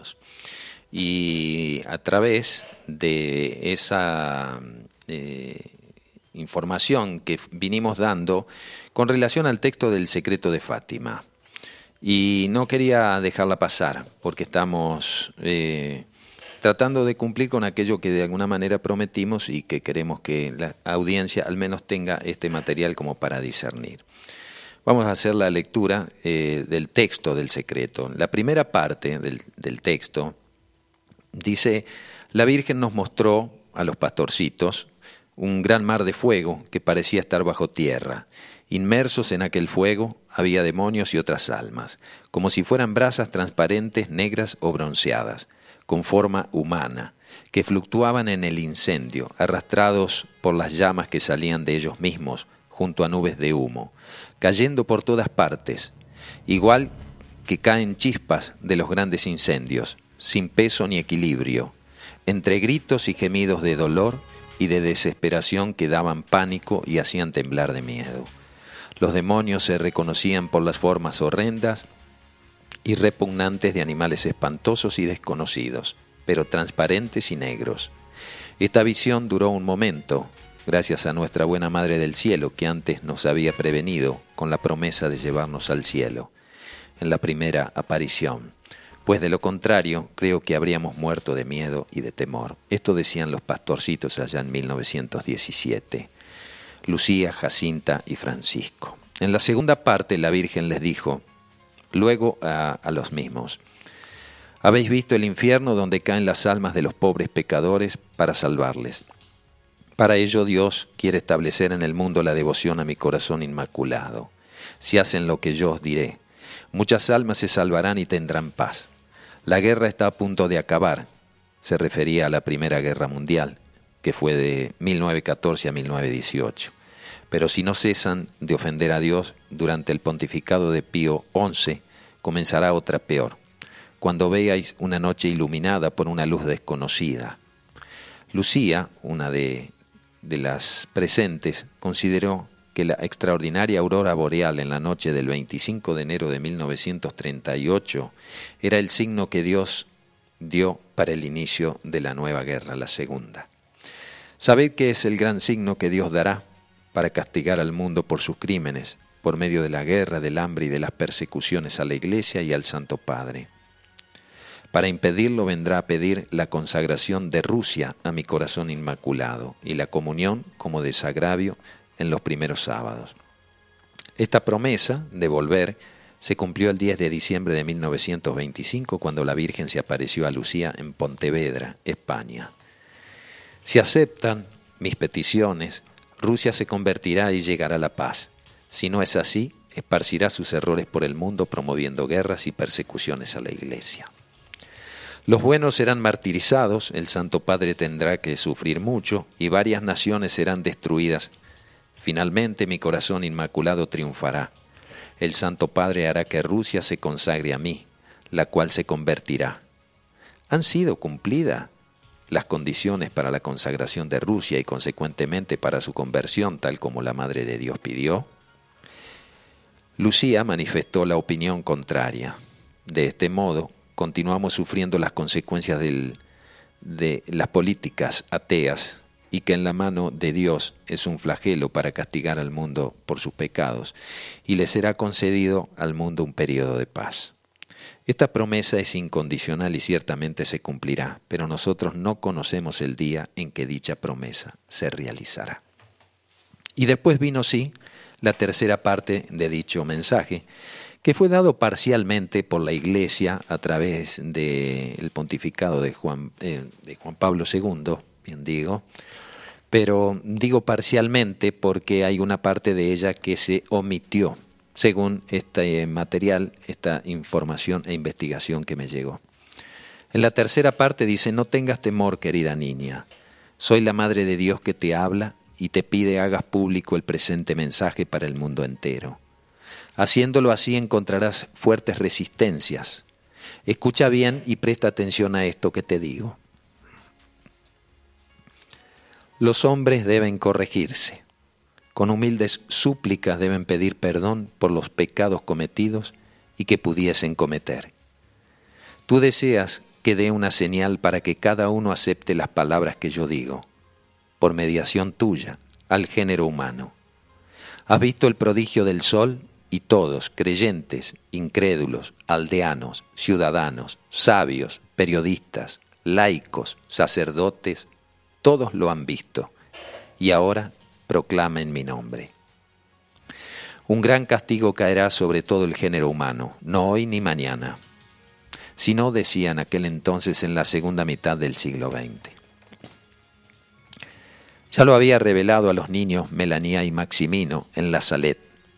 Dios. Y a través de esa información que vinimos dando con relación al texto del secreto de Fátima. Y no quería dejarla pasar, porque estamos tratando de cumplir con aquello que de alguna manera prometimos y que queremos que la audiencia al menos tenga este material como para discernir. Vamos a hacer la lectura del texto del secreto. La primera parte del texto dice: la Virgen nos mostró a los pastorcitos un gran mar de fuego que parecía estar bajo tierra. Inmersos en aquel fuego había demonios y otras almas, como si fueran brasas transparentes, negras o bronceadas, con forma humana, que fluctuaban en el incendio, arrastrados por las llamas que salían de ellos mismos junto a nubes de humo, cayendo por todas partes, igual que caen chispas de los grandes incendios, sin peso ni equilibrio, entre gritos y gemidos de dolor y de desesperación que daban pánico y hacían temblar de miedo. Los demonios se reconocían por las formas horrendas y repugnantes de animales espantosos y desconocidos, pero transparentes y negros. Esta visión duró un momento, gracias a nuestra buena Madre del Cielo, que antes nos había prevenido con la promesa de llevarnos al cielo, en la primera aparición. Pues de lo contrario, creo que habríamos muerto de miedo y de temor. Esto decían los pastorcitos allá en 1917. Lucía, Jacinta y Francisco. En la segunda parte, la Virgen les dijo, luego a los mismos: ¿habéis visto el infierno donde caen las almas de los pobres pecadores para salvarles? Para ello Dios quiere establecer en el mundo la devoción a mi corazón inmaculado. Si hacen lo que yo os diré, muchas almas se salvarán y tendrán paz. La guerra está a punto de acabar. Se refería a la Primera Guerra Mundial, que fue de 1914 a 1918. Pero si no cesan de ofender a Dios, durante el pontificado de Pío XI comenzará otra peor, cuando veáis una noche iluminada por una luz desconocida. Lucía, una de las presentes, consideró que la extraordinaria aurora boreal en la noche del 25 de enero de 1938 era el signo que Dios dio para el inicio de la nueva guerra, la segunda. Sabed que es el gran signo que Dios dará para castigar al mundo por sus crímenes, por medio de la guerra, del hambre y de las persecuciones a la Iglesia y al Santo Padre. Para impedirlo vendrá a pedir la consagración de Rusia a mi corazón inmaculado y la comunión como desagravio en los primeros sábados. Esta promesa de volver se cumplió el 10 de diciembre de 1925 cuando la Virgen se apareció a Lucía en Pontevedra, España. Si aceptan mis peticiones, Rusia se convertirá y llegará a la paz. Si no es así, esparcirá sus errores por el mundo promoviendo guerras y persecuciones a la Iglesia. Los buenos serán martirizados, el Santo Padre tendrá que sufrir mucho y varias naciones serán destruidas. Finalmente mi corazón inmaculado triunfará. El Santo Padre hará que Rusia se consagre a mí, la cual se convertirá. ¿Han sido cumplidas las condiciones para la consagración de Rusia y consecuentemente para su conversión, tal como la Madre de Dios pidió? Lucía manifestó la opinión contraria. De este modo, continuamos sufriendo las consecuencias de las políticas ateas y que en la mano de Dios es un flagelo para castigar al mundo por sus pecados, y le será concedido al mundo un periodo de paz. Esta promesa es incondicional y ciertamente se cumplirá, pero nosotros no conocemos el día en que dicha promesa se realizará. Y después vino, sí, la tercera parte de dicho mensaje, que fue dado parcialmente por la Iglesia a través del pontificado de Juan Pablo II, bien digo, pero digo parcialmente porque hay una parte de ella que se omitió, según este material, esta información e investigación que me llegó. En la tercera parte dice: no tengas temor, querida niña, soy la Madre de Dios que te habla y te pide hagas público el presente mensaje para el mundo entero. Haciéndolo así encontrarás fuertes resistencias. Escucha bien y presta atención a esto que te digo. Los hombres deben corregirse. Con humildes súplicas deben pedir perdón por los pecados cometidos y que pudiesen cometer. Tú deseas que dé una señal para que cada uno acepte las palabras que yo digo, por mediación tuya, al género humano. Has visto el prodigio del sol y todos, creyentes, incrédulos, aldeanos, ciudadanos, sabios, periodistas, laicos, sacerdotes, todos lo han visto y ahora proclamen mi nombre. Un gran castigo caerá sobre todo el género humano, no hoy ni mañana, sino, decían aquel entonces, en la segunda mitad del siglo XX. Ya lo había revelado a los niños Melanía y Maximino en La Salette.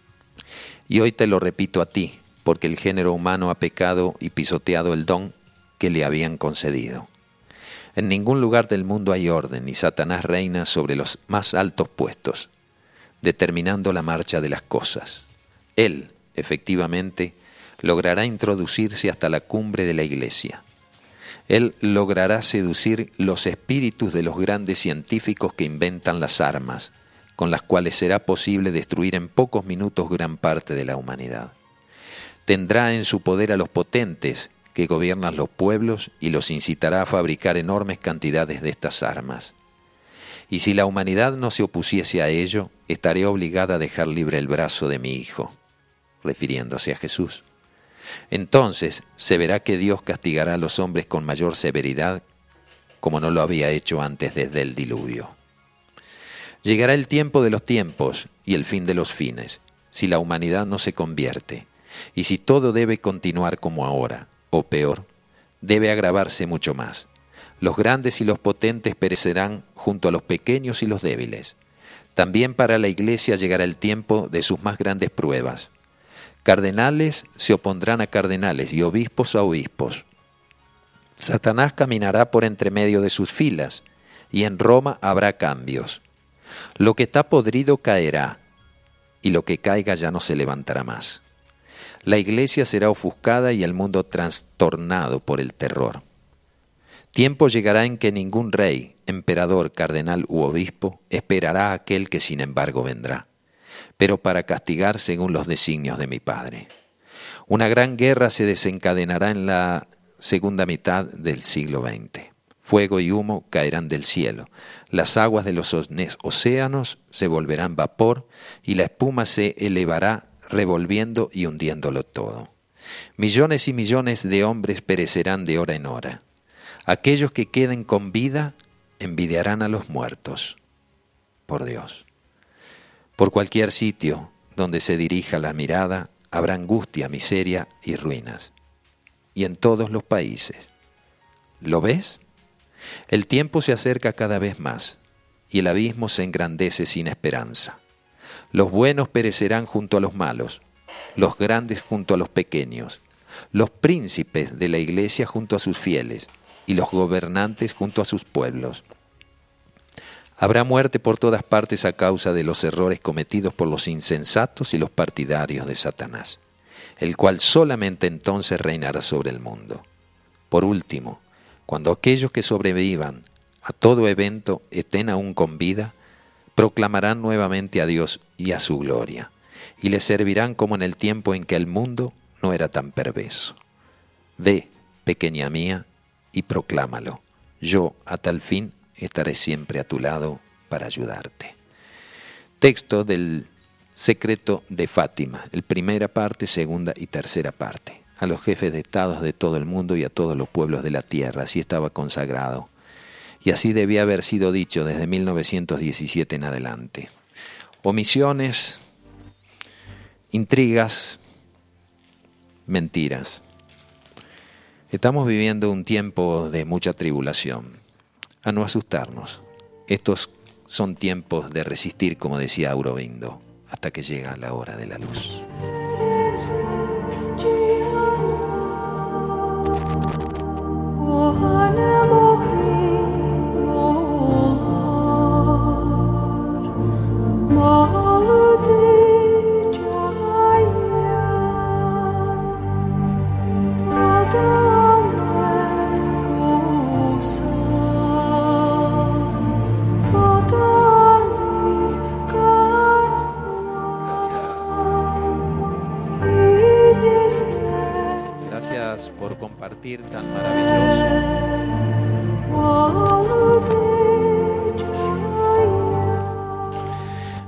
Y hoy te lo repito a ti, porque el género humano ha pecado y pisoteado el don que le habían concedido. En ningún lugar del mundo hay orden, y Satanás reina sobre los más altos puestos, determinando la marcha de las cosas. Él, efectivamente, logrará introducirse hasta la cumbre de la Iglesia. Él logrará seducir los espíritus de los grandes científicos que inventan las armas, con las cuales será posible destruir en pocos minutos gran parte de la humanidad. Tendrá en su poder a los potentes que gobiernan los pueblos y los incitará a fabricar enormes cantidades de estas armas. Y si la humanidad no se opusiese a ello, estaré obligada a dejar libre el brazo de mi Hijo, refiriéndose a Jesús. Entonces se verá que Dios castigará a los hombres con mayor severidad, como no lo había hecho antes desde el diluvio. Llegará el tiempo de los tiempos y el fin de los fines, si la humanidad no se convierte, y si todo debe continuar como ahora, o peor, debe agravarse mucho más. Los grandes y los potentes perecerán junto a los pequeños y los débiles. También para la Iglesia llegará el tiempo de sus más grandes pruebas. Cardenales se opondrán a cardenales y obispos a obispos. Satanás caminará por entre medio de sus filas y en Roma habrá cambios. Lo que está podrido caerá y lo que caiga ya no se levantará más. La Iglesia será ofuscada y el mundo trastornado por el terror. Tiempo llegará en que ningún rey, emperador, cardenal u obispo esperará a aquel que sin embargo vendrá, pero para castigar según los designios de mi Padre. Una gran guerra se desencadenará en la segunda mitad del siglo XX. Fuego y humo caerán del cielo, las aguas de los océanos se volverán vapor y la espuma se elevará revolviendo y hundiéndolo todo. Millones y millones de hombres perecerán de hora en hora. Aquellos que queden con vida envidiarán a los muertos. Por Dios. Por cualquier sitio donde se dirija la mirada, habrá angustia, miseria y ruinas. Y en todos los países. ¿Lo ves? El tiempo se acerca cada vez más, y el abismo se engrandece sin esperanza. Los buenos perecerán junto a los malos, los grandes junto a los pequeños, los príncipes de la Iglesia junto a sus fieles, y los gobernantes junto a sus pueblos. Habrá muerte por todas partes a causa de los errores cometidos por los insensatos y los partidarios de Satanás, el cual solamente entonces reinará sobre el mundo. Por último, cuando aquellos que sobrevivan a todo evento estén aún con vida, proclamarán nuevamente a Dios y a su gloria, y les servirán como en el tiempo en que el mundo no era tan perverso. Ve, pequeña mía, y proclámalo. Yo, a tal fin, estaré siempre a tu lado para ayudarte. Texto del Secreto de Fátima, el primera parte, segunda y tercera parte. A los jefes de estados de todo el mundo y a todos los pueblos de la tierra, así estaba consagrado. Y así debía haber sido dicho desde 1917 en adelante. Omisiones, intrigas, mentiras. Estamos viviendo un tiempo de mucha tribulación. A no asustarnos. Estos son tiempos de resistir, como decía Aurobindo, hasta que llega la hora de la luz.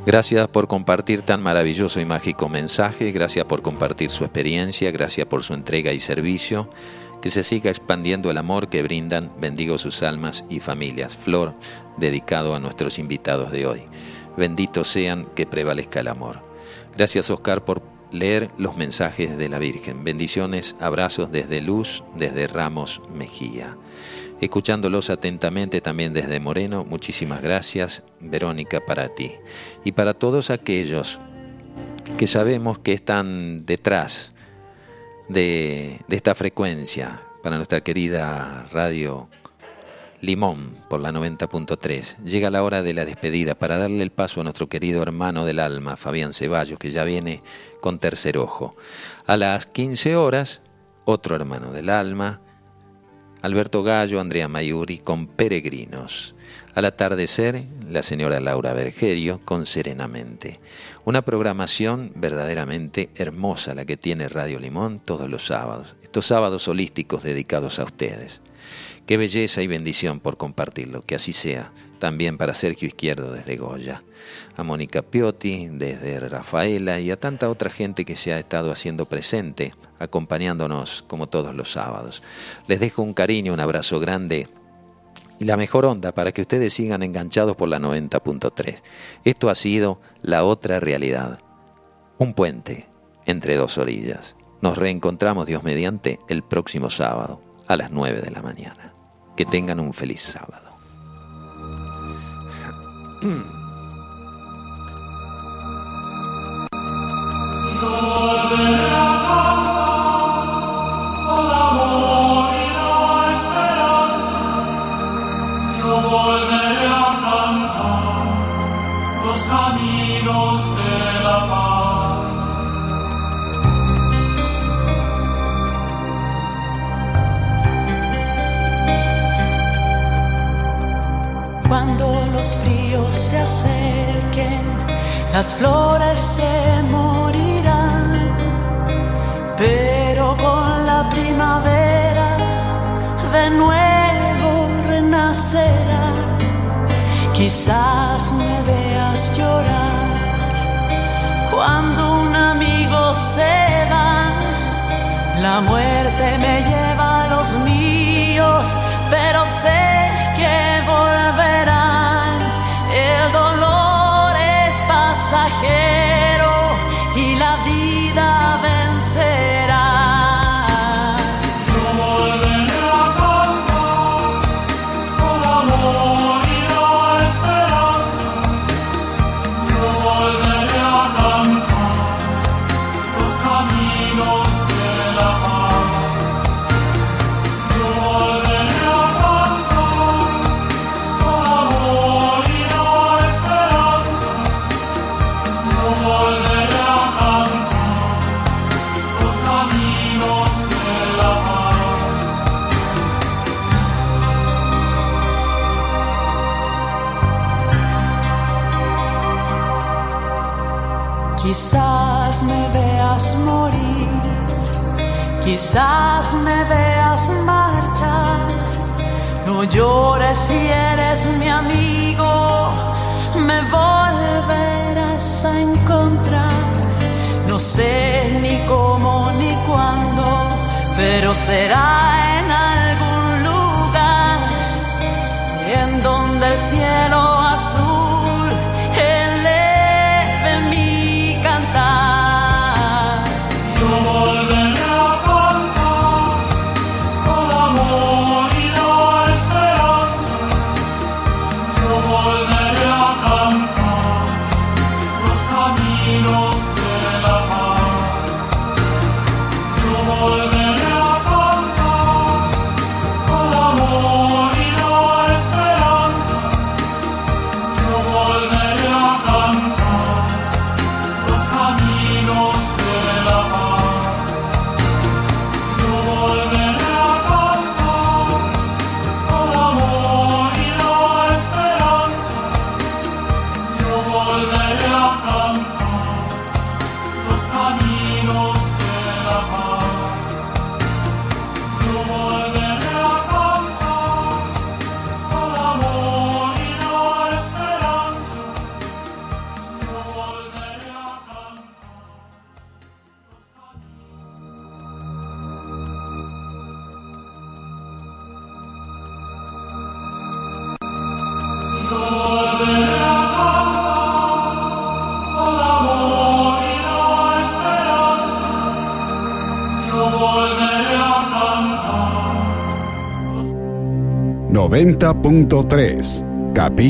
Gracias por compartir tan maravilloso y mágico mensaje, gracias por compartir su experiencia, gracias por su entrega y servicio. Que se siga expandiendo el amor que brindan. Bendigo sus almas y familias. Flor, dedicado a nuestros invitados de hoy. Benditos sean, que prevalezca el amor. Gracias, Oscar, por leer los mensajes de la Virgen. Bendiciones, abrazos desde Luz, desde Ramos Mejía. Escuchándolos atentamente también desde Moreno, muchísimas gracias, Verónica, para ti. Y para todos aquellos que sabemos que están detrás de esta frecuencia, para nuestra querida Radio Limón por la 90.3. Llega la hora de la despedida para darle el paso a nuestro querido hermano del alma, Fabián Ceballos, que ya viene con Tercer Ojo. A las 15 horas, otro hermano del alma, Alberto Gallo, Andrea Mayuri, con Peregrinos. Al atardecer, la señora Laura Bergerio, con Serenamente. Una programación verdaderamente hermosa la que tiene Radio Limón todos los sábados. Estos sábados holísticos dedicados a ustedes. Qué belleza y bendición por compartirlo, que así sea. También para Sergio Izquierdo desde Goya, a Mónica Piotti desde Rafaela y a tanta otra gente que se ha estado haciendo presente, acompañándonos como todos los sábados. Les dejo un cariño, un abrazo grande y la mejor onda para que ustedes sigan enganchados por la 90.3. Esto ha sido La Otra Realidad, un puente entre dos orillas. Nos reencontramos, Dios mediante, el próximo sábado a las 9 de la mañana. Que tengan un feliz sábado. Volveré a cantar los caminos de la paz. Cuando los fríos se acerquen, las flores se morirán, pero con la primavera de nuevo renacerá. Quizás me veas llorar cuando un amigo se va. La muerte me lleva a los míos, pero sé que volverán. El dolor es pasajero y la vida vencerá. Quizás me veas morir, quizás me veas marchar. No llores si eres mi amigo, me volverás a encontrar. No sé ni cómo ni cuándo, pero será en algún lugar en donde el cielo azul eleve mi cantar. Yo volveré a cantar con amor y la esperanza. Yo volveré a cantar los caminos de la paz. Yo volveré a cantar Yo volveré a cantar con amor y la esperanza. Yo volveré a cantar. 90.3 Capilla